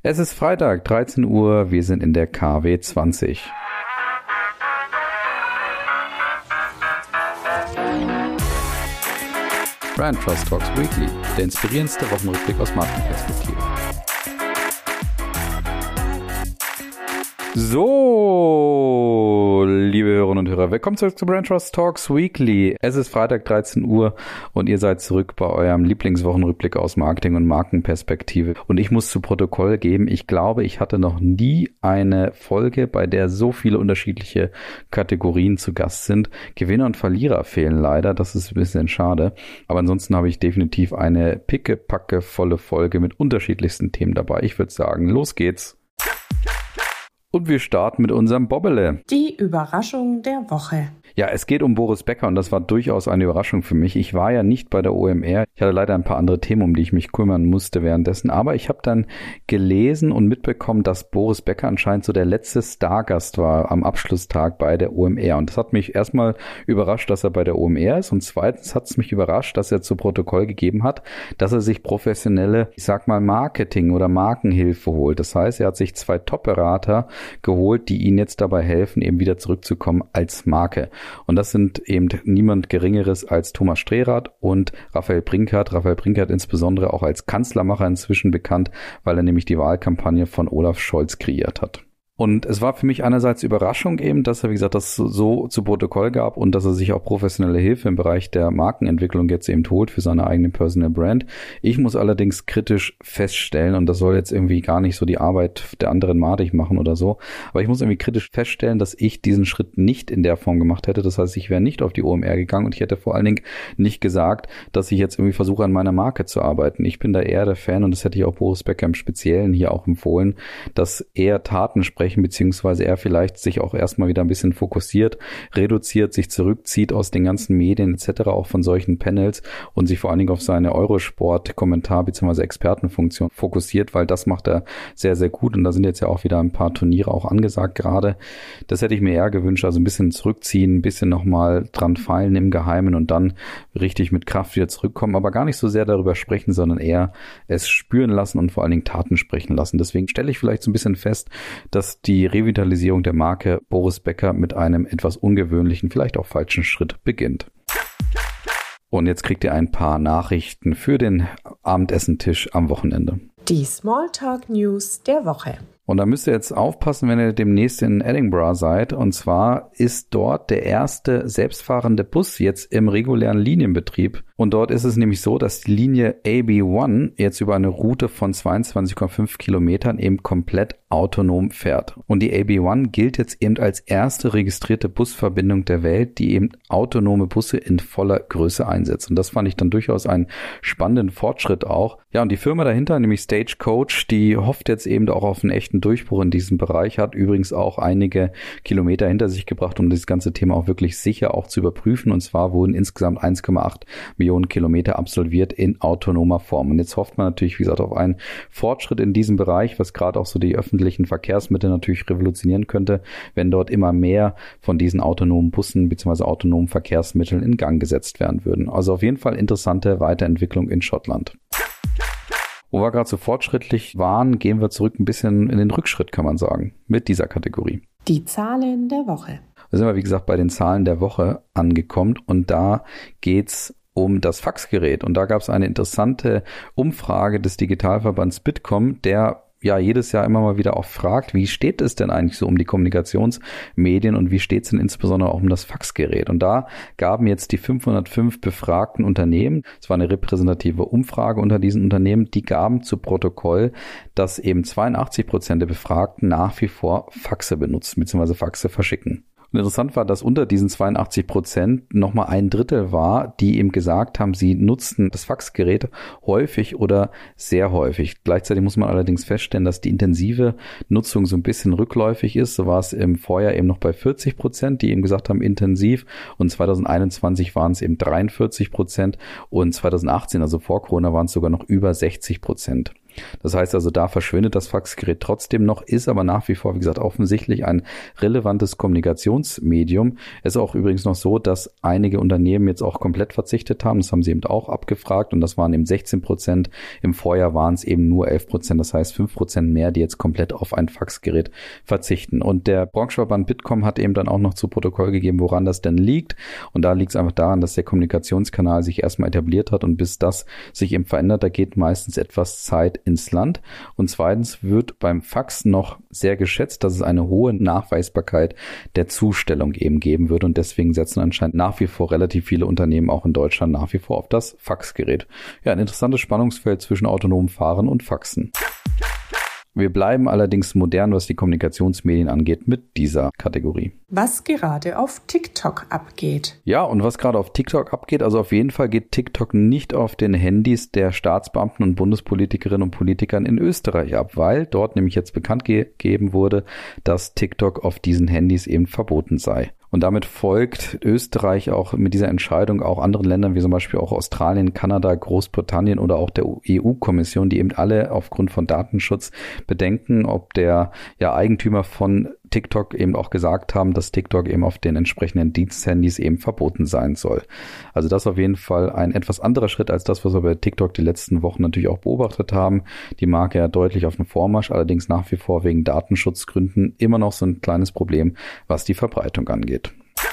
Es ist Freitag, 13 Uhr, wir sind in der KW 20. Brand Trust Talks Weekly, der inspirierendste Wochenrückblick aus Markenperspektive. So, liebe Hörerinnen und Hörer, willkommen zurück zu Brand Trust Talks Weekly. Es ist Freitag, 13 Uhr und ihr seid zurück bei eurem Lieblingswochenrückblick aus Marketing und Markenperspektive. Und ich muss zu Protokoll geben, ich glaube, ich hatte noch nie eine Folge, bei der so viele unterschiedliche Kategorien zu Gast sind. Gewinner und Verlierer fehlen leider, das ist ein bisschen schade. Aber ansonsten habe ich definitiv eine pickepacke volle Folge mit unterschiedlichsten Themen dabei. Ich würde sagen, los geht's. Und wir starten mit unserem Bobbele. Die Überraschung der Woche. Ja, es geht um Boris Becker und das war durchaus eine Überraschung für mich. Ich war ja nicht bei der OMR. Ich hatte leider ein paar andere Themen, um die ich mich kümmern musste währenddessen. Aber ich habe dann gelesen und mitbekommen, dass Boris Becker anscheinend so der letzte Stargast war am Abschlusstag bei der OMR. Und das hat mich erstmal überrascht, dass er bei der OMR ist. Und zweitens hat es mich überrascht, dass er zu Protokoll gegeben hat, dass er sich professionelle, ich sag mal, Marketing- oder Markenhilfe holt. Das heißt, er hat sich 2 Top-Berater geholt, die ihn jetzt dabei helfen, eben wieder zurückzukommen als Marke. Und das sind eben niemand Geringeres als Thomas Strehrath und Raphael Brinkert. Raphael Brinkert insbesondere auch als Kanzlermacher inzwischen bekannt, weil er nämlich die Wahlkampagne von Olaf Scholz kreiert hat. Und es war für mich einerseits Überraschung eben, dass er, wie gesagt, das so zu Protokoll gab und dass er sich auch professionelle Hilfe im Bereich der Markenentwicklung jetzt eben holt für seine eigene Personal Brand. Ich muss allerdings kritisch feststellen, und das soll jetzt irgendwie gar nicht so die Arbeit der anderen madig machen oder so, aber ich muss irgendwie kritisch feststellen, dass ich diesen Schritt nicht in der Form gemacht hätte. Das heißt, ich wäre nicht auf die OMR gegangen und ich hätte vor allen Dingen nicht gesagt, dass ich jetzt irgendwie versuche, an meiner Marke zu arbeiten. Ich bin da eher der Fan, und das hätte ich auch Boris Becker im Speziellen hier auch empfohlen, dass er Taten sprechen, beziehungsweise er vielleicht sich auch erstmal wieder ein bisschen fokussiert, reduziert, sich zurückzieht aus den ganzen Medien etc., auch von solchen Panels und sich vor allen Dingen auf seine Eurosport-Kommentar- bzw. Expertenfunktion fokussiert, weil das macht er sehr, sehr gut und da sind jetzt ja auch wieder ein paar Turniere auch angesagt gerade. Das hätte ich mir eher gewünscht, also ein bisschen zurückziehen, ein bisschen nochmal dran feilen im Geheimen und dann richtig mit Kraft wieder zurückkommen, aber gar nicht so sehr darüber sprechen, sondern eher es spüren lassen und vor allen Dingen Taten sprechen lassen. Deswegen stelle ich vielleicht so ein bisschen fest, dass die Revitalisierung der Marke Boris Becker mit einem etwas ungewöhnlichen, vielleicht auch falschen Schritt beginnt. Und jetzt kriegt ihr ein paar Nachrichten für den Abendessentisch am Wochenende. Die Smalltalk News der Woche. Und da müsst ihr jetzt aufpassen, wenn ihr demnächst in Edinburgh seid. Und zwar ist dort der erste selbstfahrende Bus jetzt im regulären Linienbetrieb. Und dort ist es nämlich so, dass die Linie AB1 jetzt über eine Route von 22,5 Kilometern eben komplett autonom fährt. Und die AB1 gilt jetzt eben als erste registrierte Busverbindung der Welt, die eben autonome Busse in voller Größe einsetzt. Und das fand ich dann durchaus einen spannenden Fortschritt auch. Ja, und die Firma dahinter, nämlich Stagecoach, die hofft jetzt eben auch auf einen echten Durchbruch in diesem Bereich, hat übrigens auch einige Kilometer hinter sich gebracht, um das ganze Thema auch wirklich sicher auch zu überprüfen. Und zwar wurden insgesamt 1,8 Millionen Kilometer absolviert in autonomer Form. Und jetzt hofft man natürlich, wie gesagt, auf einen Fortschritt in diesem Bereich, was gerade auch so die öffentlichen Verkehrsmittel natürlich revolutionieren könnte, wenn dort immer mehr von diesen autonomen Bussen bzw. autonomen Verkehrsmitteln in Gang gesetzt werden würden. Also auf jeden Fall interessante Weiterentwicklung in Schottland. Wo wir gerade so fortschrittlich waren, gehen wir zurück ein bisschen in den Rückschritt, kann man sagen, mit dieser Kategorie. Die Zahlen der Woche. Da sind wir, wie gesagt, bei den Zahlen der Woche angekommen und da geht's um das Faxgerät. Und da gab es eine interessante Umfrage des Digitalverbands Bitkom, der ja jedes Jahr immer mal wieder auch fragt, wie steht es denn eigentlich so um die Kommunikationsmedien und wie steht es denn insbesondere auch um das Faxgerät? Und da gaben jetzt die 505 befragten Unternehmen, es war eine repräsentative Umfrage unter diesen Unternehmen, die gaben zu Protokoll, dass eben 82% der Befragten nach wie vor Faxe benutzen bzw. Faxe verschicken. Und interessant war, dass unter diesen 82% nochmal ein Drittel war, die eben gesagt haben, sie nutzten das Faxgerät häufig oder sehr häufig. Gleichzeitig muss man allerdings feststellen, dass die intensive Nutzung so ein bisschen rückläufig ist. So war es im Vorjahr eben noch bei 40%, die eben gesagt haben, intensiv. Und 2021 waren es eben 43% und 2018, also vor Corona, waren es sogar noch über 60%. Das heißt also, da verschwindet das Faxgerät trotzdem noch, ist aber nach wie vor, wie gesagt, offensichtlich ein relevantes Kommunikationsmedium. Es ist auch übrigens noch so, dass einige Unternehmen jetzt auch komplett verzichtet haben. Das haben sie eben auch abgefragt und das waren eben 16%. Im Vorjahr waren es eben nur 11%. Das heißt 5% mehr, die jetzt komplett auf ein Faxgerät verzichten. Und der Branchenverband Bitkom hat eben dann auch noch zu Protokoll gegeben, woran das denn liegt. Und da liegt es einfach daran, dass der Kommunikationskanal sich erstmal etabliert hat und bis das sich eben verändert, da geht meistens etwas Zeit ins Land. Und zweitens wird beim Fax noch sehr geschätzt, dass es eine hohe Nachweisbarkeit der Zustellung eben geben würde. Und deswegen setzen anscheinend nach wie vor relativ viele Unternehmen auch in Deutschland nach wie vor auf das Faxgerät. Ja, ein interessantes Spannungsfeld zwischen autonomem Fahren und Faxen. Wir bleiben allerdings modern, was die Kommunikationsmedien angeht, mit dieser Kategorie. Was gerade auf TikTok abgeht. Ja, und was gerade auf TikTok abgeht, also auf jeden Fall geht TikTok nicht auf den Handys der Staatsbeamten und Bundespolitikerinnen und Politikern in Österreich ab, weil dort nämlich jetzt bekannt gegeben wurde, dass TikTok auf diesen Handys eben verboten sei. Und damit folgt Österreich auch mit dieser Entscheidung auch anderen Ländern wie zum Beispiel auch Australien, Kanada, Großbritannien oder auch der EU-Kommission, die eben alle aufgrund von Datenschutzbedenken, ob der Eigentümer von TikTok eben auch gesagt haben, dass TikTok eben auf den entsprechenden Diensthandys eben verboten sein soll. Also das auf jeden Fall ein etwas anderer Schritt als das, was wir bei TikTok die letzten Wochen natürlich auch beobachtet haben. Die Marke ja deutlich auf dem Vormarsch, allerdings nach wie vor wegen Datenschutzgründen immer noch so ein kleines Problem, was die Verbreitung angeht.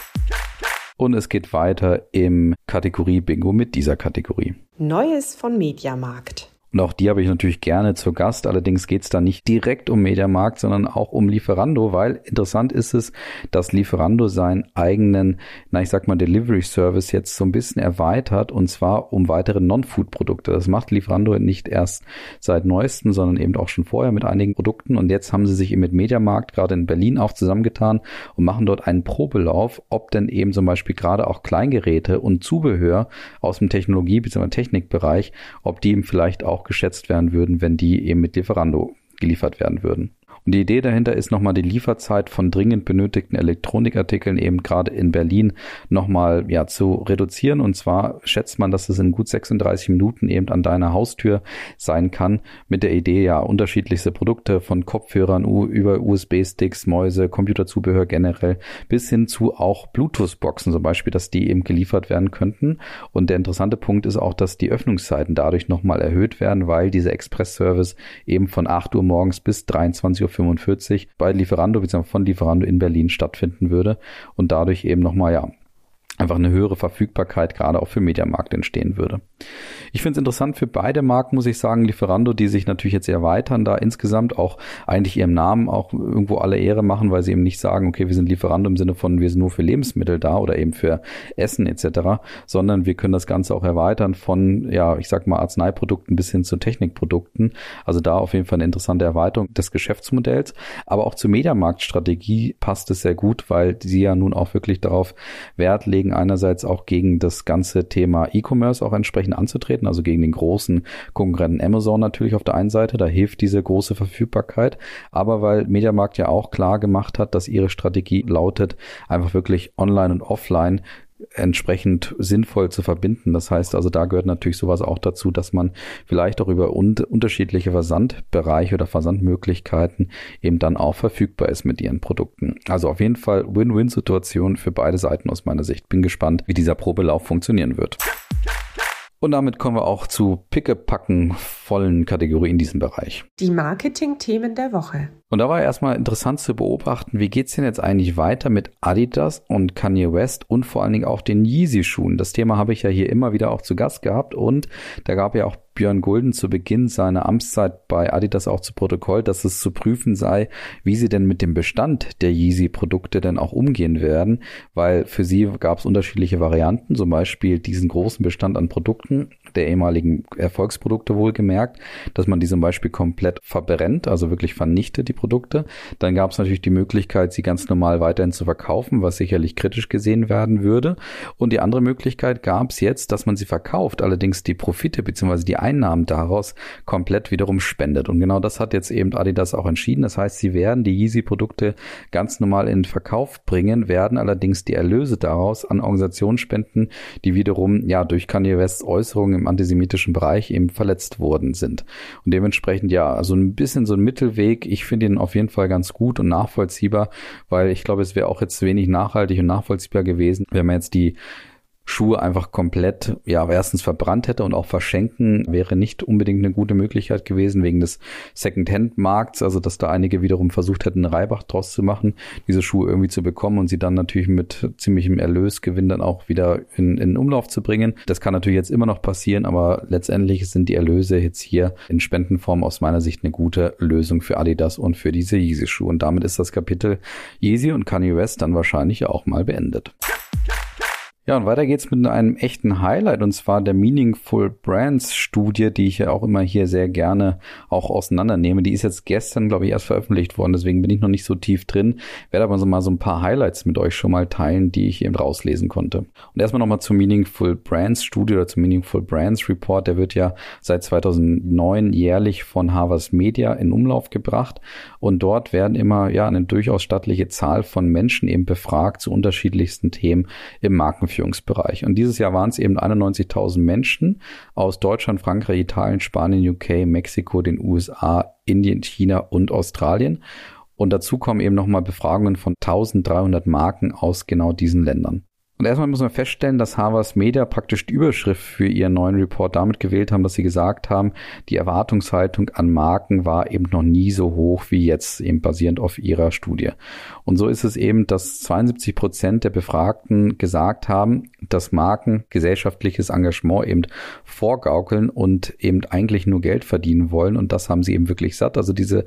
Und es geht weiter im Kategorie Bingo mit dieser Kategorie. Neues von Mediamarkt. Und auch die habe ich natürlich gerne zu Gast. Allerdings geht es da nicht direkt um Mediamarkt, sondern auch um Lieferando, weil interessant ist es, dass Lieferando seinen eigenen, Delivery Service jetzt so ein bisschen erweitert und zwar um weitere Non-Food-Produkte. Das macht Lieferando nicht erst seit neuestem, sondern eben auch schon vorher mit einigen Produkten. Und jetzt haben sie sich eben mit Mediamarkt gerade in Berlin auch zusammengetan und machen dort einen Probelauf, ob denn eben zum Beispiel gerade auch Kleingeräte und Zubehör aus dem Technologie- bzw. Technikbereich, ob die eben vielleicht auch geschätzt werden würden, wenn die eben mit Lieferando geliefert werden würden. Und die Idee dahinter ist nochmal die Lieferzeit von dringend benötigten Elektronikartikeln eben gerade in Berlin nochmal zu reduzieren. Und zwar schätzt man, dass es in gut 36 Minuten eben an deiner Haustür sein kann, mit der Idee unterschiedlichste Produkte von Kopfhörern über USB-Sticks, Mäuse, Computerzubehör generell bis hin zu auch Bluetooth-Boxen zum Beispiel, dass die eben geliefert werden könnten. Und der interessante Punkt ist auch, dass die Öffnungszeiten dadurch nochmal erhöht werden, weil dieser Express-Service eben von 8 Uhr morgens bis 23:45 Uhr bei Lieferando bzw. von Lieferando in Berlin stattfinden würde und dadurch eben nochmal einfach eine höhere Verfügbarkeit gerade auch für Mediamarkt entstehen würde. Ich finde es interessant für beide Marken, muss ich sagen, Lieferando, die sich natürlich jetzt erweitern, da insgesamt auch eigentlich ihrem Namen auch irgendwo alle Ehre machen, weil sie eben nicht sagen, okay, wir sind Lieferando im Sinne von, wir sind nur für Lebensmittel da oder eben für Essen etc., sondern wir können das Ganze auch erweitern von, Arzneiprodukten bis hin zu Technikprodukten. Also da auf jeden Fall eine interessante Erweiterung des Geschäftsmodells, aber auch zur Mediamarkt-Strategie passt es sehr gut, weil sie ja nun auch wirklich darauf Wert legen, einerseits auch gegen das ganze Thema E-Commerce auch entsprechend anzutreten, also gegen den großen Konkurrenten Amazon natürlich auf der einen Seite, da hilft diese große Verfügbarkeit, aber weil Mediamarkt ja auch klar gemacht hat, dass ihre Strategie lautet, einfach wirklich online und offline entsprechend sinnvoll zu verbinden. Das heißt also, da gehört natürlich sowas auch dazu, dass man vielleicht auch über unterschiedliche Versandbereiche oder Versandmöglichkeiten eben dann auch verfügbar ist mit ihren Produkten. Also auf jeden Fall Win-Win-Situation für beide Seiten aus meiner Sicht. Bin gespannt, wie dieser Probelauf funktionieren wird. Und damit kommen wir auch zu pickepacken vollen Kategorie in diesem Bereich. Die Marketing-Themen der Woche. Und da war erstmal interessant zu beobachten, wie geht's denn jetzt eigentlich weiter mit Adidas und Kanye West und vor allen Dingen auch den Yeezy-Schuhen. Das Thema habe ich ja hier immer wieder auch zu Gast gehabt und da gab ja auch Björn Gulden zu Beginn seiner Amtszeit bei Adidas auch zu Protokoll, dass es zu prüfen sei, wie sie denn mit dem Bestand der Yeezy-Produkte denn auch umgehen werden, weil für sie gab es unterschiedliche Varianten, zum Beispiel diesen großen Bestand an Produkten, der ehemaligen Erfolgsprodukte wohlgemerkt, dass man die zum Beispiel komplett verbrennt, also wirklich vernichtet, die Produkte. Dann gab es natürlich die Möglichkeit, sie ganz normal weiterhin zu verkaufen, was sicherlich kritisch gesehen werden würde. Und die andere Möglichkeit gab es jetzt, dass man sie verkauft, allerdings die Profite bzw. die Einnahmen daraus komplett wiederum spendet. Und genau das hat jetzt eben Adidas auch entschieden. Das heißt, sie werden die Yeezy-Produkte ganz normal in den Verkauf bringen, werden allerdings die Erlöse daraus an Organisationen spenden, die wiederum durch Kanye Wests Äußerungen im antisemitischen Bereich eben verletzt wurden. worden sind. Und dementsprechend ja, also ein bisschen so ein Mittelweg. Ich finde ihn auf jeden Fall ganz gut und nachvollziehbar, weil ich glaube, es wäre auch jetzt wenig nachhaltig und nachvollziehbar gewesen, wenn man jetzt die Schuhe einfach komplett, ja, erstens verbrannt hätte und auch verschenken wäre nicht unbedingt eine gute Möglichkeit gewesen wegen des Second-Hand-Markts, also dass da einige wiederum versucht hätten, einen Reibach draus zu machen, diese Schuhe irgendwie zu bekommen und sie dann natürlich mit ziemlichem Erlösgewinn dann auch wieder in Umlauf zu bringen. Das kann natürlich jetzt immer noch passieren, aber letztendlich sind die Erlöse jetzt hier in Spendenform aus meiner Sicht eine gute Lösung für Adidas und für diese Yeezy-Schuhe. Und damit ist das Kapitel Yeezy und Kanye West dann wahrscheinlich auch mal beendet. Ja, und weiter geht's mit einem echten Highlight, und zwar der Meaningful Brands Studie, die ich ja auch immer hier sehr gerne auch auseinandernehme. Die ist jetzt gestern, glaube ich, erst veröffentlicht worden, deswegen bin ich noch nicht so tief drin, werde aber so mal so ein paar Highlights mit euch schon mal teilen, die ich eben rauslesen konnte. Und erstmal nochmal zur Meaningful Brands Studie oder zum Meaningful Brands Report. Der wird ja seit 2009 jährlich von Harvard Media in Umlauf gebracht, und dort werden immer ja eine durchaus stattliche Zahl von Menschen eben befragt zu unterschiedlichsten Themen im Markenführungsbereich. Und dieses Jahr waren es eben 91.000 Menschen aus Deutschland, Frankreich, Italien, Spanien, UK, Mexiko, den USA, Indien, China und Australien. Und dazu kommen eben nochmal Befragungen von 1.300 Marken aus genau diesen Ländern. Und erstmal muss man feststellen, dass Harvard Media praktisch die Überschrift für ihren neuen Report damit gewählt haben, dass sie gesagt haben, die Erwartungshaltung an Marken war eben noch nie so hoch wie jetzt, eben basierend auf ihrer Studie. Und so ist es eben, dass 72% der Befragten gesagt haben, dass Marken gesellschaftliches Engagement eben vorgaukeln und eben eigentlich nur Geld verdienen wollen. Und das haben sie eben wirklich satt, also diese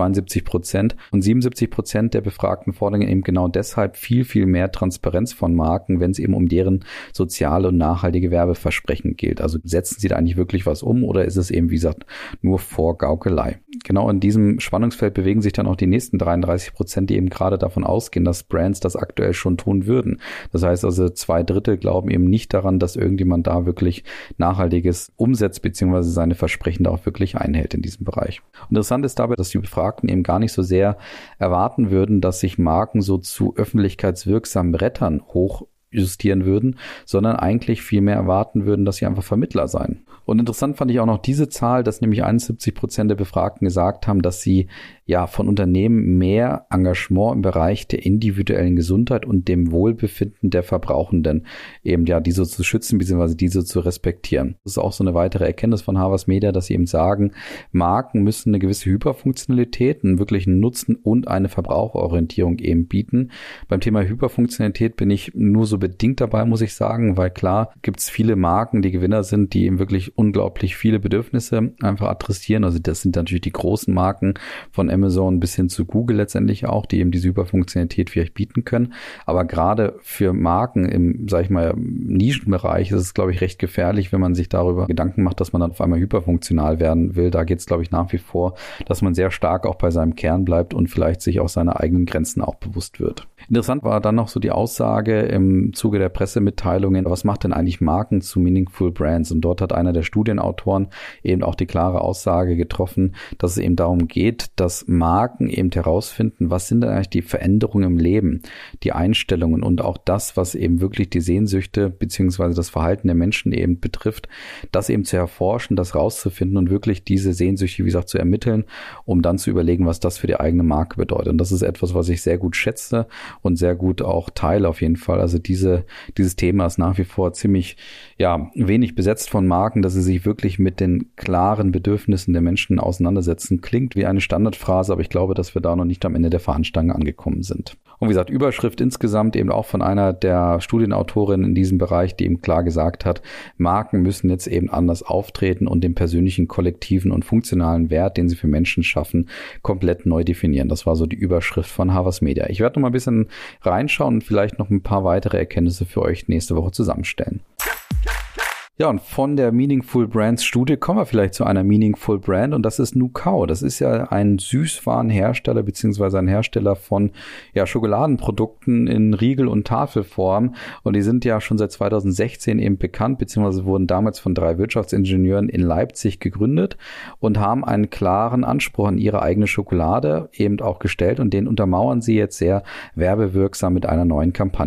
72%. Und 77% der Befragten fordern eben genau deshalb viel, viel mehr Transparenz von Marken, wenn es eben um deren soziale und nachhaltige Werbeversprechen geht. Also setzen sie da eigentlich wirklich was um, oder ist es eben, wie gesagt, nur Vorgaukelei? Genau in diesem Spannungsfeld bewegen sich dann auch die nächsten 33%, die eben gerade davon ausgehen, dass Brands das aktuell schon tun würden. Das heißt also, 2/3 glauben eben nicht daran, dass irgendjemand da wirklich Nachhaltiges umsetzt, beziehungsweise seine Versprechen da auch wirklich einhält in diesem Bereich. Und interessant ist dabei, dass die Befragten eben gar nicht so sehr erwarten würden, dass sich Marken so zu öffentlichkeitswirksamen Rettern hochjustieren würden, sondern eigentlich viel mehr erwarten würden, dass sie einfach Vermittler seien. Und interessant fand ich auch noch diese Zahl, dass nämlich 71% der Befragten gesagt haben, dass sie ja von Unternehmen mehr Engagement im Bereich der individuellen Gesundheit und dem Wohlbefinden der Verbrauchenden eben ja diese zu schützen bzw. diese zu respektieren. Das ist auch so eine weitere Erkenntnis von Harvard Media, dass sie eben sagen, Marken müssen eine gewisse Hyperfunktionalität, einen wirklichen Nutzen und eine Verbraucherorientierung eben bieten. Beim Thema Hyperfunktionalität bin ich nur so bedingt dabei, muss ich sagen, weil klar gibt es viele Marken, die Gewinner sind, die eben wirklich unglaublich viele Bedürfnisse einfach adressieren. Also das sind natürlich die großen Marken von Amazon bis hin zu Google letztendlich auch, die eben diese Hyperfunktionalität vielleicht bieten können. Aber gerade für Marken im, sag ich mal, Nischenbereich ist es, glaube ich, recht gefährlich, wenn man sich darüber Gedanken macht, dass man dann auf einmal hyperfunktional werden will. Da geht es, glaube ich, nach wie vor, dass man sehr stark auch bei seinem Kern bleibt und vielleicht sich auch seiner eigenen Grenzen auch bewusst wird. Interessant war dann noch so die Aussage im Zuge der Pressemitteilungen, was macht denn eigentlich Marken zu Meaningful Brands? Und dort hat einer der Studienautoren eben auch die klare Aussage getroffen, dass es eben darum geht, dass Marken eben herausfinden, was sind denn eigentlich die Veränderungen im Leben, die Einstellungen und auch das, was eben wirklich die Sehnsüchte beziehungsweise das Verhalten der Menschen eben betrifft, das eben zu erforschen, das rauszufinden und wirklich diese Sehnsüchte, wie gesagt, zu ermitteln, um dann zu überlegen, was das für die eigene Marke bedeutet. Und das ist etwas, was ich sehr gut schätze und sehr gut auch teile auf jeden Fall. Also dieses Thema ist nach wie vor ziemlich wenig besetzt von Marken, dass sie sich wirklich mit den klaren Bedürfnissen der Menschen auseinandersetzen. Klingt wie eine Standardphrase, aber ich glaube, dass wir da noch nicht am Ende der Fahnenstange angekommen sind. Und wie gesagt, Überschrift insgesamt eben auch von einer der Studienautorinnen in diesem Bereich, die eben klar gesagt hat, Marken müssen jetzt eben anders auftreten und den persönlichen, kollektiven und funktionalen Wert, den sie für Menschen schaffen, komplett neu definieren. Das war so die Überschrift von Harvard Media. Ich werde noch mal ein bisschen reinschauen und vielleicht noch ein paar weitere Erkenntnisse für euch nächste Woche zusammenstellen. Ja, und von der Meaningful Brands Studie kommen wir vielleicht zu einer Meaningful Brand, und das ist NuCow. Das ist ja ein Süßwarenhersteller beziehungsweise ein Hersteller von Schokoladenprodukten in Riegel- und Tafelform, und die sind ja schon seit 2016 eben bekannt, beziehungsweise wurden damals von 3 Wirtschaftsingenieuren in Leipzig gegründet und haben einen klaren Anspruch an ihre eigene Schokolade eben auch gestellt, und den untermauern sie jetzt sehr werbewirksam mit einer neuen Kampagne.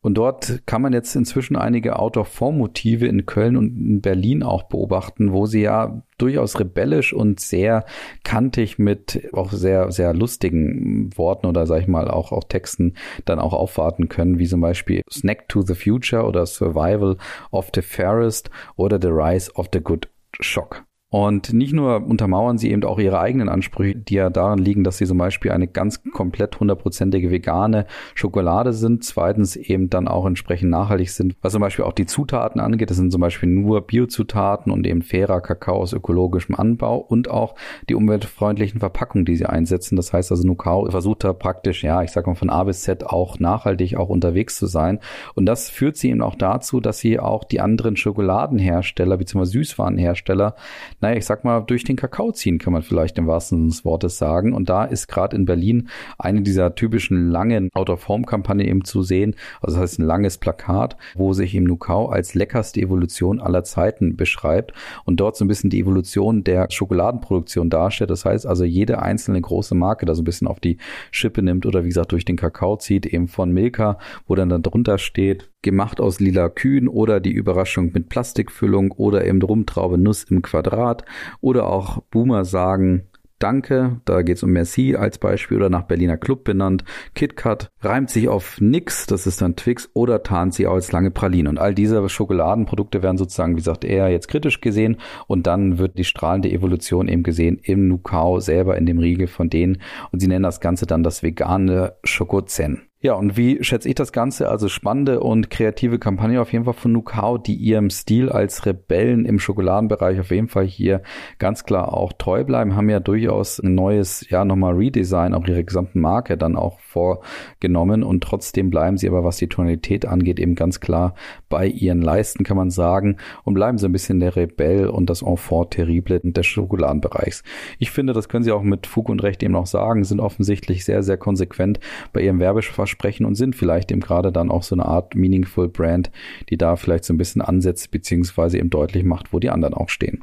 Und dort kann man jetzt inzwischen einige Out-of-Form-Motive in Köln und in Berlin auch beobachten, wo sie ja durchaus rebellisch und sehr kantig mit auch sehr, sehr lustigen Worten oder sag ich mal auch Texten dann auch aufwarten können, wie zum Beispiel Snack to the Future oder Survival of the Fairest oder The Rise of the Good Shock. Und nicht nur untermauern sie eben auch ihre eigenen Ansprüche, die ja darin liegen, dass sie zum Beispiel eine ganz komplett 100%ige vegane Schokolade sind. Zweitens eben dann auch entsprechend nachhaltig sind, was zum Beispiel auch die Zutaten angeht. Das sind zum Beispiel nur Biozutaten und eben fairer Kakao aus ökologischem Anbau und auch die umweltfreundlichen Verpackungen, die sie einsetzen. Das heißt also, Nucao versucht da praktisch, ja, ich sag mal von A bis Z auch nachhaltig auch unterwegs zu sein. Und das führt sie eben auch dazu, dass sie auch die anderen Schokoladenhersteller bzw. Süßwarenhersteller, naja, ich sag mal, durch den Kakao ziehen, kann man vielleicht im wahrsten Sinne des Wortes sagen. Und da ist gerade in Berlin eine dieser typischen langen Out-of-Home-Kampagne eben zu sehen. Also das heißt ein langes Plakat, wo sich eben Nucao als leckerste Evolution aller Zeiten beschreibt und dort so ein bisschen die Evolution der Schokoladenproduktion darstellt. Das heißt also, jede einzelne große Marke da so ein bisschen auf die Schippe nimmt oder wie gesagt durch den Kakao zieht, eben von Milka, wo dann drunter steht, gemacht aus lila Kühen oder die Überraschung mit Plastikfüllung oder eben Rumtraube Nuss im Quadrat oder auch Boomer sagen Danke, da geht es um Merci als Beispiel oder nach Berliner Club benannt. KitKat reimt sich auf Nix, das ist dann Twix oder tarnt sie als lange Praline. Und all diese Schokoladenprodukte werden sozusagen, wie gesagt, eher jetzt kritisch gesehen und dann wird die strahlende Evolution eben gesehen im Nucao selber in dem Riegel von denen und sie nennen das Ganze dann das vegane Schokozen. Ja, und wie schätze ich das Ganze? Also spannende und kreative Kampagne auf jeden Fall von Nucao, die ihrem Stil als Rebellen im Schokoladenbereich auf jeden Fall hier ganz klar auch treu bleiben, haben ja durchaus ein neues, ja nochmal Redesign auch ihrer gesamten Marke dann auch vorgenommen und trotzdem bleiben sie aber, was die Tonalität angeht, eben ganz klar bei ihren Leisten, kann man sagen, und bleiben so ein bisschen der Rebell und das Enfant terrible des Schokoladenbereichs. Ich finde, das können sie auch mit Fug und Recht eben auch sagen, sind offensichtlich sehr, sehr konsequent bei ihrem Werbeversprechen und sind vielleicht eben gerade dann auch so eine Art Meaningful Brand, die da vielleicht so ein bisschen ansetzt, beziehungsweise eben deutlich macht, wo die anderen auch stehen.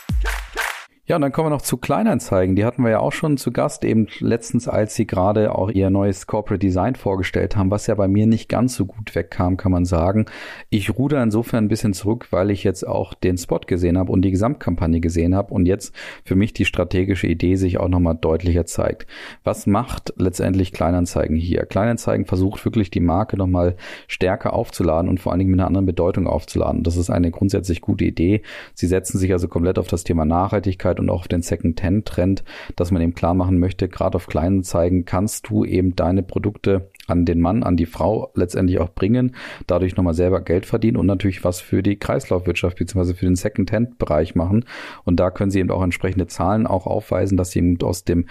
Ja, und dann kommen wir noch zu Kleinanzeigen. Die hatten wir ja auch schon zu Gast, eben letztens, als sie gerade auch ihr neues Corporate Design vorgestellt haben, was ja bei mir nicht ganz so gut wegkam, kann man sagen. Ich ruder insofern ein bisschen zurück, weil ich jetzt auch den Spot gesehen habe und die Gesamtkampagne gesehen habe und jetzt für mich die strategische Idee sich auch nochmal deutlicher zeigt. Was macht letztendlich Kleinanzeigen hier? Kleinanzeigen versucht wirklich die Marke nochmal stärker aufzuladen und vor allen Dingen mit einer anderen Bedeutung aufzuladen. Das ist eine grundsätzlich gute Idee. Sie setzen sich also komplett auf das Thema Nachhaltigkeit und auch auf den Second-Hand-Trend, dass man eben klar machen möchte, gerade auf Kleinanzeigen kannst du eben deine Produkte an den Mann, an die Frau letztendlich auch bringen, dadurch nochmal selber Geld verdienen und natürlich was für die Kreislaufwirtschaft bzw. für den Second-Hand-Bereich machen. Und da können sie eben auch entsprechende Zahlen auch aufweisen, dass sie eben aus dem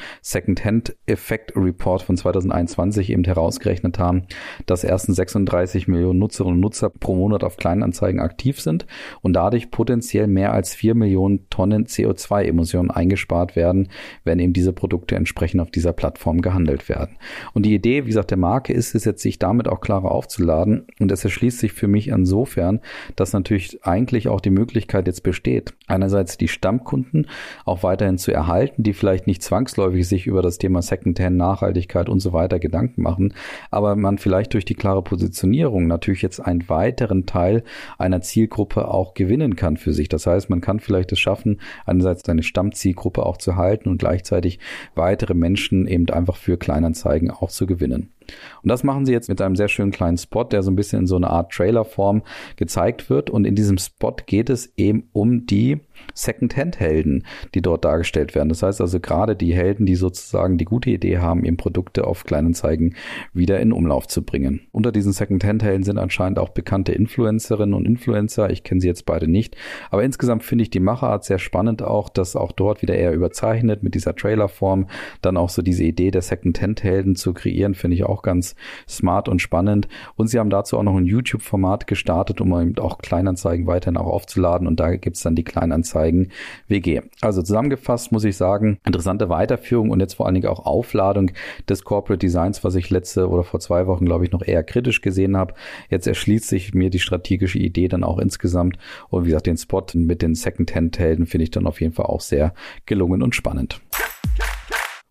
Second-Hand-Effekt-Report von 2021 eben herausgerechnet haben, dass erstens 36 Millionen Nutzerinnen und Nutzer pro Monat auf Kleinanzeigen aktiv sind und dadurch potenziell mehr als 4 Millionen Tonnen CO2-Emissionen eingespart werden, wenn eben diese Produkte entsprechend auf dieser Plattform gehandelt werden. Und die Idee, wie gesagt, der Marke ist es jetzt, sich damit auch klarer aufzuladen und das erschließt sich für mich insofern, dass natürlich eigentlich auch die Möglichkeit jetzt besteht, einerseits die Stammkunden auch weiterhin zu erhalten, die vielleicht nicht zwangsläufig sich über das Thema Secondhand, Nachhaltigkeit und so weiter Gedanken machen, aber man vielleicht durch die klare Positionierung natürlich jetzt einen weiteren Teil einer Zielgruppe auch gewinnen kann für sich. Das heißt, man kann vielleicht es schaffen, einerseits seine Stammzielgruppe auch zu halten und gleichzeitig weitere Menschen eben einfach für Kleinanzeigen auch zu gewinnen. Und das machen sie jetzt mit einem sehr schönen kleinen Spot, der so ein bisschen in so eine Art Trailerform gezeigt wird. Und in diesem Spot geht es eben um die Second-Hand-Helden, die dort dargestellt werden. Das heißt also gerade die Helden, die sozusagen die gute Idee haben, eben Produkte auf Kleinanzeigen wieder in Umlauf zu bringen. Unter diesen Second-Hand-Helden sind anscheinend auch bekannte Influencerinnen und Influencer. Ich kenne sie jetzt beide nicht. Aber insgesamt finde ich die Machart sehr spannend auch, dass auch dort wieder eher überzeichnet mit dieser Trailerform dann auch so diese Idee der Second-Hand-Helden zu kreieren, finde ich auch ganz smart und spannend. Und sie haben dazu auch noch ein YouTube-Format gestartet, um eben auch Kleinanzeigen weiterhin auch aufzuladen. Und da gibt es dann die Kleinanzeigen WG. Also zusammengefasst muss ich sagen, interessante Weiterführung und jetzt vor allen Dingen auch Aufladung des Corporate Designs, was ich letzte oder vor 2 Wochen, glaube ich, noch eher kritisch gesehen habe. Jetzt erschließt sich mir die strategische Idee dann auch insgesamt. Und wie gesagt, den Spot mit den Second-Hand-Helden finde ich dann auf jeden Fall auch sehr gelungen und spannend.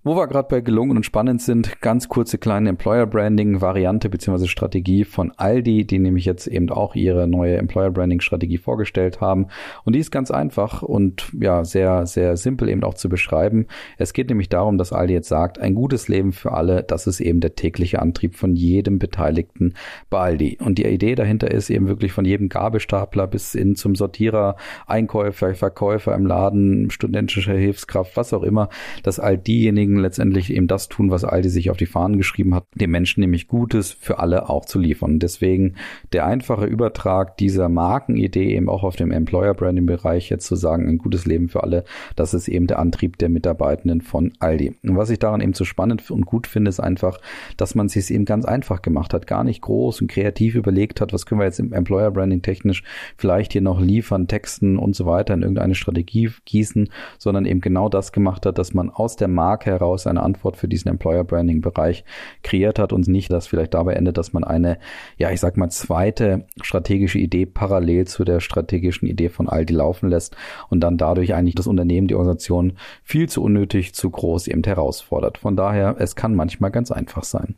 Wo wir gerade bei gelungen und spannend sind, ganz kurze kleine Employer-Branding-Variante bzw. Strategie von Aldi, die nämlich jetzt eben auch ihre neue Employer-Branding-Strategie vorgestellt haben. Und die ist ganz einfach und ja sehr, sehr simpel eben auch zu beschreiben. Es geht nämlich darum, dass Aldi jetzt sagt, ein gutes Leben für alle, das ist eben der tägliche Antrieb von jedem Beteiligten bei Aldi. Und die Idee dahinter ist eben wirklich von jedem Gabelstapler bis hin zum Sortierer, Einkäufer, Verkäufer im Laden, studentische Hilfskraft, was auch immer, dass all diejenigen letztendlich eben das tun, was Aldi sich auf die Fahnen geschrieben hat, den Menschen nämlich Gutes für alle auch zu liefern. Und deswegen der einfache Übertrag dieser Markenidee eben auch auf dem Employer-Branding-Bereich jetzt zu sagen, ein gutes Leben für alle, das ist eben der Antrieb der Mitarbeitenden von Aldi. Und was ich daran eben so spannend und gut finde, ist einfach, dass man es sich eben ganz einfach gemacht hat, gar nicht groß und kreativ überlegt hat, was können wir jetzt im Employer-Branding technisch vielleicht hier noch liefern, texten und so weiter in irgendeine Strategie gießen, sondern eben genau das gemacht hat, dass man aus der Marke heraus eine Antwort für diesen Employer-Branding-Bereich kreiert hat und nicht, dass vielleicht dabei endet, dass man eine, ja, ich sag mal, zweite strategische Idee parallel zu der strategischen Idee von Aldi laufen lässt und dann dadurch eigentlich das Unternehmen, die Organisation viel zu unnötig, zu groß eben herausfordert. Von daher, es kann manchmal ganz einfach sein.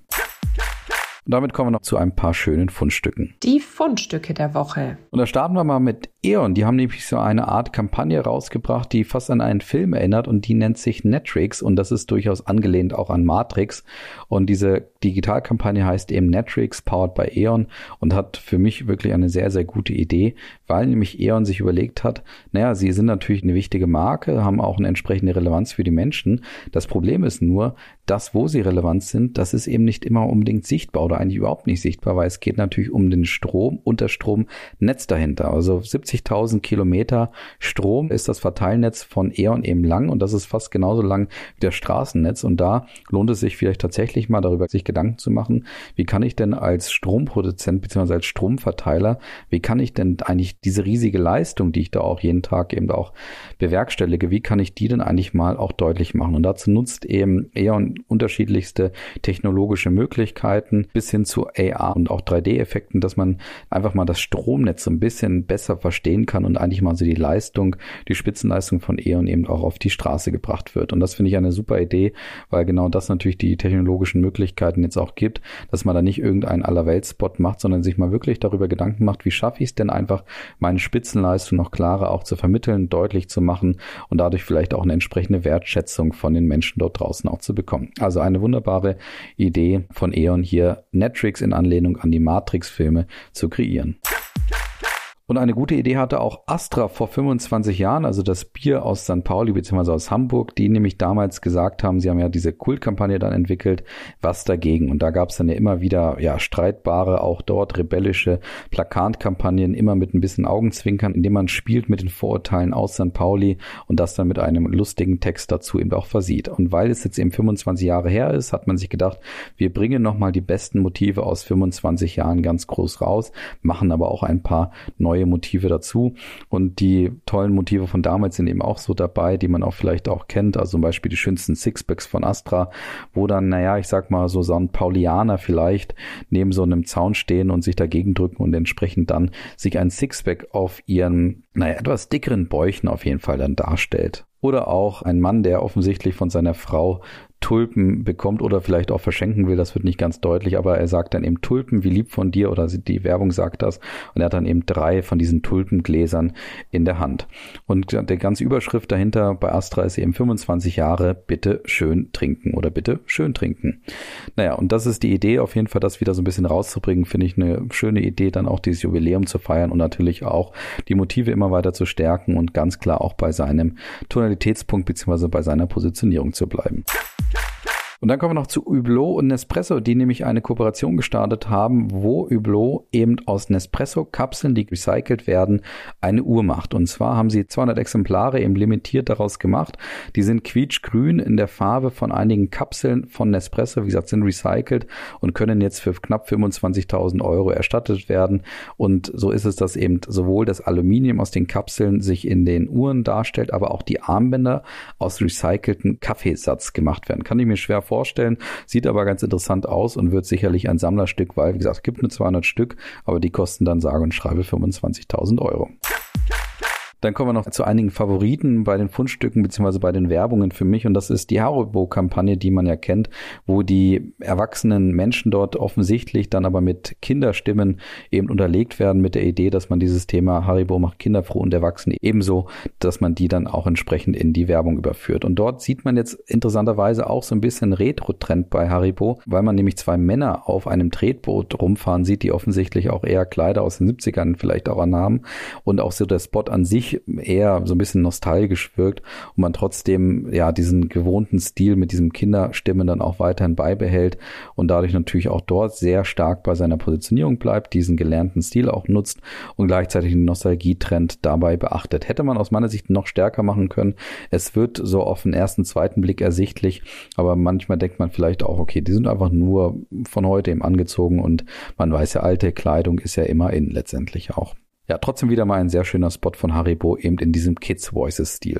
Und damit kommen wir noch zu ein paar schönen Fundstücken. Die Fundstücke der Woche. Und da starten wir mal mit E.ON. Die haben nämlich so eine Art Kampagne rausgebracht, die fast an einen Film erinnert und die nennt sich Netrix und das ist durchaus angelehnt auch an Matrix. Und diese Digitalkampagne heißt eben Netrix, powered by E.ON und hat für mich wirklich eine sehr, sehr gute Idee, weil nämlich E.ON sich überlegt hat, naja, sie sind natürlich eine wichtige Marke, haben auch eine entsprechende Relevanz für die Menschen. Das Problem ist nur, das, wo sie relevant sind, das ist eben nicht immer unbedingt sichtbar oder eigentlich überhaupt nicht sichtbar, weil es geht natürlich um den Strom und das Stromnetz dahinter. Also 70.000 Kilometer Strom ist das Verteilnetz von E.ON eben lang und das ist fast genauso lang wie das Straßennetz und da lohnt es sich vielleicht tatsächlich mal darüber, sich Gedanken zu machen, wie kann ich denn als Stromproduzent bzw. als Stromverteiler, wie kann ich denn eigentlich diese riesige Leistung, die ich da auch jeden Tag eben auch bewerkstellige, wie kann ich die denn eigentlich mal auch deutlich machen? Und dazu nutzt eben E.ON unterschiedlichste technologische Möglichkeiten bis hin zu AR und auch 3D-Effekten, dass man einfach mal das Stromnetz so ein bisschen besser verstehen kann und eigentlich mal so die Leistung, die Spitzenleistung von E.ON eben auch auf die Straße gebracht wird. Und das finde ich eine super Idee, weil genau das natürlich die technologischen Möglichkeiten jetzt auch gibt, dass man da nicht irgendeinen Allerweltsspot macht, sondern sich mal wirklich darüber Gedanken macht, wie schaffe ich es denn einfach, meine Spitzenleistung noch klarer auch zu vermitteln, deutlich zu machen und dadurch vielleicht auch eine entsprechende Wertschätzung von den Menschen dort draußen auch zu bekommen. Also eine wunderbare Idee von E.ON hier, Netrix in Anlehnung an die Matrix-Filme zu kreieren. Und eine gute Idee hatte auch Astra vor 25 Jahren, also das Bier aus St. Pauli bzw. aus Hamburg, die nämlich damals gesagt haben, sie haben ja diese Kultkampagne dann entwickelt, was dagegen. Und da gab es dann ja immer wieder streitbare, auch dort rebellische Plakatkampagnen, immer mit ein bisschen Augenzwinkern, indem man spielt mit den Vorurteilen aus St. Pauli und das dann mit einem lustigen Text dazu eben auch versieht. Und weil es jetzt eben 25 Jahre her ist, hat man sich gedacht, wir bringen nochmal die besten Motive aus 25 Jahren ganz groß raus, machen aber auch ein paar neue Motive dazu und die tollen Motive von damals sind eben auch so dabei, die man auch vielleicht auch kennt, also zum Beispiel die schönsten Sixpacks von Astra, wo dann, ich sag mal so St. Paulianer vielleicht neben so einem Zaun stehen und sich dagegen drücken und entsprechend dann sich ein Sixpack auf ihren, etwas dickeren Bäuchen auf jeden Fall dann darstellt. Oder auch ein Mann, der offensichtlich von seiner Frau Tulpen bekommt oder vielleicht auch verschenken will, das wird nicht ganz deutlich, aber er sagt dann eben Tulpen, wie lieb von dir, oder die Werbung sagt das und er hat dann eben 3 von diesen Tulpengläsern in der Hand. Und die ganze Überschrift dahinter bei Astra ist eben 25 Jahre, bitte schön trinken oder bitte schön trinken. Und das ist die Idee, auf jeden Fall das wieder so ein bisschen rauszubringen, finde ich eine schöne Idee, dann auch dieses Jubiläum zu feiern und natürlich auch die Motive immer weiter zu stärken und ganz klar auch bei seinem Tonalitätspunkt bzw. bei seiner Positionierung zu bleiben. Und dann kommen wir noch zu Hublot und Nespresso, die nämlich eine Kooperation gestartet haben, wo Hublot eben aus Nespresso-Kapseln, die recycelt werden, eine Uhr macht. Und zwar haben sie 200 Exemplare eben limitiert daraus gemacht. Die sind quietschgrün in der Farbe von einigen Kapseln von Nespresso, wie gesagt, sind recycelt und können jetzt für knapp 25.000 € erstattet werden. Und so ist es, dass eben sowohl das Aluminium aus den Kapseln sich in den Uhren darstellt, aber auch die Armbänder aus recycelten Kaffeesatz gemacht werden. Kann ich mir schwer vorstellen, sieht aber ganz interessant aus und wird sicherlich ein Sammlerstück, weil, wie gesagt, es gibt nur 200 Stück, aber die kosten dann sage und schreibe 25.000 €. Dann kommen wir noch zu einigen Favoriten bei den Fundstücken bzw. bei den Werbungen für mich, und das ist die Haribo-Kampagne, die man ja kennt, wo die erwachsenen Menschen dort offensichtlich dann aber mit Kinderstimmen eben unterlegt werden mit der Idee, dass man dieses Thema Haribo macht kinderfroh und erwachsen ebenso, dass man die dann auch entsprechend in die Werbung überführt. Und dort sieht man jetzt interessanterweise auch so ein bisschen Retro-Trend bei Haribo, weil man nämlich zwei Männer auf einem Tretboot rumfahren sieht, die offensichtlich auch eher Kleider aus den 70ern vielleicht auch anhaben und auch so der Spot an sich eher so ein bisschen nostalgisch wirkt und man trotzdem ja diesen gewohnten Stil mit diesem Kinderstimmen dann auch weiterhin beibehält und dadurch natürlich auch dort sehr stark bei seiner Positionierung bleibt, diesen gelernten Stil auch nutzt und gleichzeitig den Nostalgietrend dabei beachtet. Hätte man aus meiner Sicht noch stärker machen können. Es wird so auf den ersten, zweiten Blick ersichtlich, aber manchmal denkt man vielleicht auch, okay, die sind einfach nur von heute eben angezogen und man weiß ja, alte Kleidung ist ja immer in letztendlich auch. Ja, trotzdem wieder mal ein sehr schöner Spot von Haribo, eben in diesem Kids Voices Stil.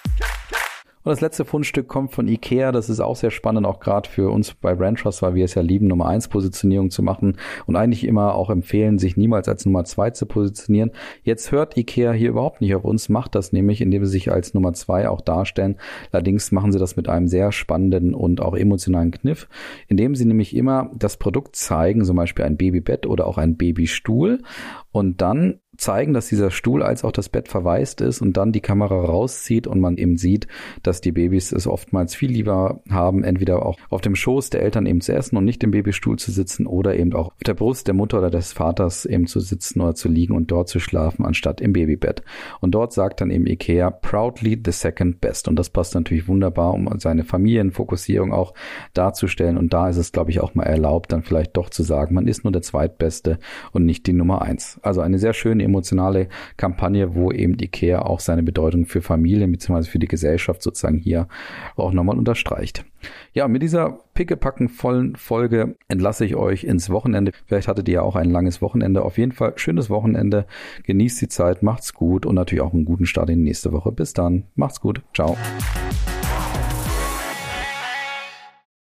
Und das letzte Fundstück kommt von Ikea. Das ist auch sehr spannend, auch gerade für uns bei Brandtrust, weil wir es ja lieben, Nummer 1 Positionierung zu machen und eigentlich immer auch empfehlen, sich niemals als Nummer 2 zu positionieren. Jetzt hört Ikea hier überhaupt nicht auf uns, macht das nämlich, indem sie sich als Nummer 2 auch darstellen. Allerdings machen sie das mit einem sehr spannenden und auch emotionalen Kniff, indem sie nämlich immer das Produkt zeigen, zum Beispiel ein Babybett oder auch ein Babystuhl und dann zeigen, dass dieser Stuhl als auch das Bett verwaist ist und dann die Kamera rauszieht und man eben sieht, dass die Babys es oftmals viel lieber haben, entweder auch auf dem Schoß der Eltern eben zu essen und nicht im Babystuhl zu sitzen oder eben auch auf der Brust der Mutter oder des Vaters eben zu sitzen oder zu liegen und dort zu schlafen, anstatt im Babybett. Und dort sagt dann eben Ikea, proudly the second best. Und das passt natürlich wunderbar, um seine Familienfokussierung auch darzustellen. Und da ist es, glaube ich, auch mal erlaubt, dann vielleicht doch zu sagen, man ist nur der Zweitbeste und nicht die Nummer 1. Also eine sehr schöne emotionale Kampagne, wo eben Ikea auch seine Bedeutung für Familien bzw. für die Gesellschaft sozusagen hier auch nochmal unterstreicht. Ja, mit dieser pickepackenvollen Folge entlasse ich euch ins Wochenende. Vielleicht hattet ihr ja auch ein langes Wochenende. Auf jeden Fall schönes Wochenende. Genießt die Zeit, macht's gut und natürlich auch einen guten Start in die nächste Woche. Bis dann. Macht's gut. Ciao.